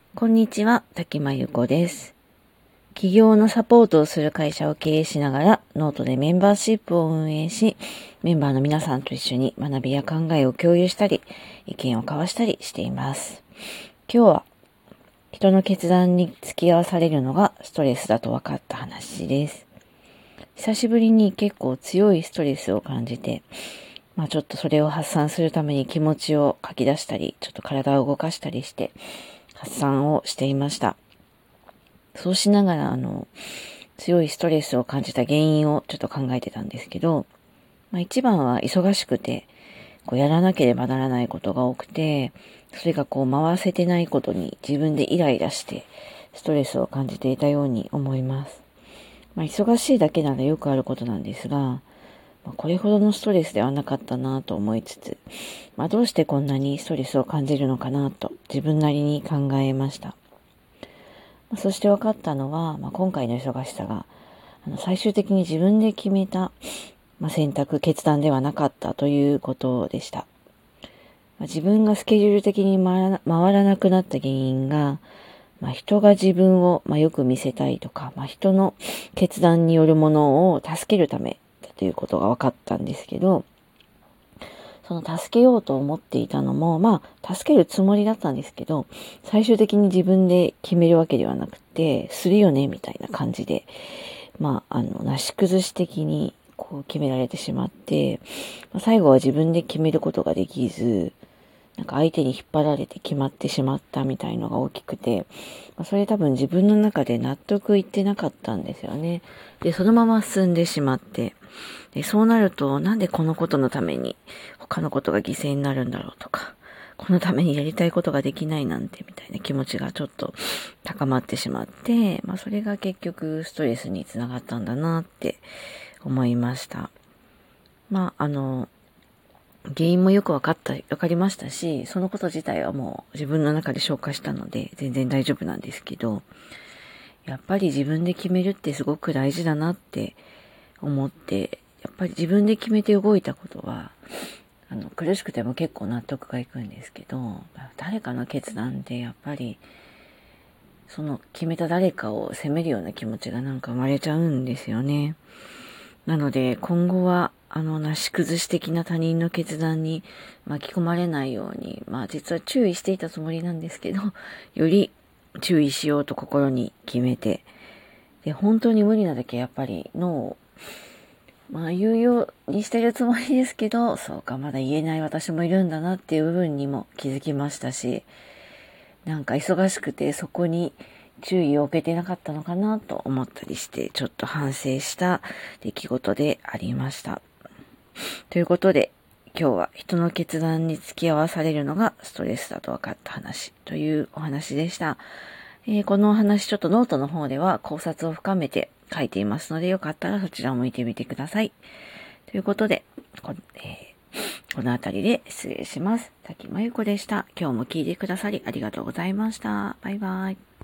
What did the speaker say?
こんにちは、滝真由子です。起業のサポートをする会社を経営しながら、ノートでメンバーシップを運営し、メンバーの皆さんと一緒に学びや考えを共有したり、意見を交わしたりしています。今日は、人の決断に付き合わされるのがストレスだと分かった話です。久しぶりに結構強いストレスを感じて、ちょっとそれを発散するために気持ちを書き出したり、ちょっと体を動かしたりして、発散をしていました。そうしながら、強いストレスを感じた原因をちょっと考えてたんですけど、一番は忙しくて、やらなければならないことが多くて、それが回せてないことに自分でイライラして、ストレスを感じていたように思います。忙しいだけならよくあることなんですが、これほどのストレスではなかったなと思いつつ、どうしてこんなにストレスを感じるのかなと自分なりに考えました。そして分かったのは、今回の忙しさが、最終的に自分で決めた、選択、決断ではなかったということでした。自分がスケジュール的に回らなくなった原因が、人が自分を、よく見せたいとか、人の決断によるものを助けるためだということが分かったんですけど、その助けようと思っていたのも、助けるつもりだったんですけど、最終的に自分で決めるわけではなくて、するよね、みたいな感じで、なし崩し的に決められてしまって、最後は自分で決めることができず、相手に引っ張られて決まってしまったみたいのが大きくて、それ多分自分の中で納得いってなかったんですよね。で、そのまま進んでしまって、でそうなると、なんでこのことのために他のことが犠牲になるんだろうとか、このためにやりたいことができないなんてみたいな気持ちがちょっと高まってしまって、それが結局ストレスにつながったんだなって思いました。原因もよくわかりましたし、そのこと自体はもう自分の中で消化したので全然大丈夫なんですけど、やっぱり自分で決めるってすごく大事だなって思って、やっぱり自分で決めて動いたことは、苦しくても結構納得がいくんですけど、誰かの決断でやっぱり、その決めた誰かを責めるような気持ちが生まれちゃうんですよね。なので今後はなし崩し的な他人の決断に巻き込まれないように、実は注意していたつもりなんですけど、より注意しようと心に決めて、で、本当に無理なだけやっぱりノーを、言うようにしてるつもりですけど、そうか、まだ言えない私もいるんだなっていう部分にも気づきましたし、忙しくてそこに注意を受けてなかったのかなと思ったりして、ちょっと反省した出来事でありました。ということで、今日は人の決断に付き合わされるのがストレスだと分かった話というお話でした。このお話ちょっとノートの方では考察を深めて書いていますので、よかったらそちらを向いてみてください。ということで、この辺りで失礼します。滝真由子でした。今日も聞いてくださりありがとうございました。バイバイ。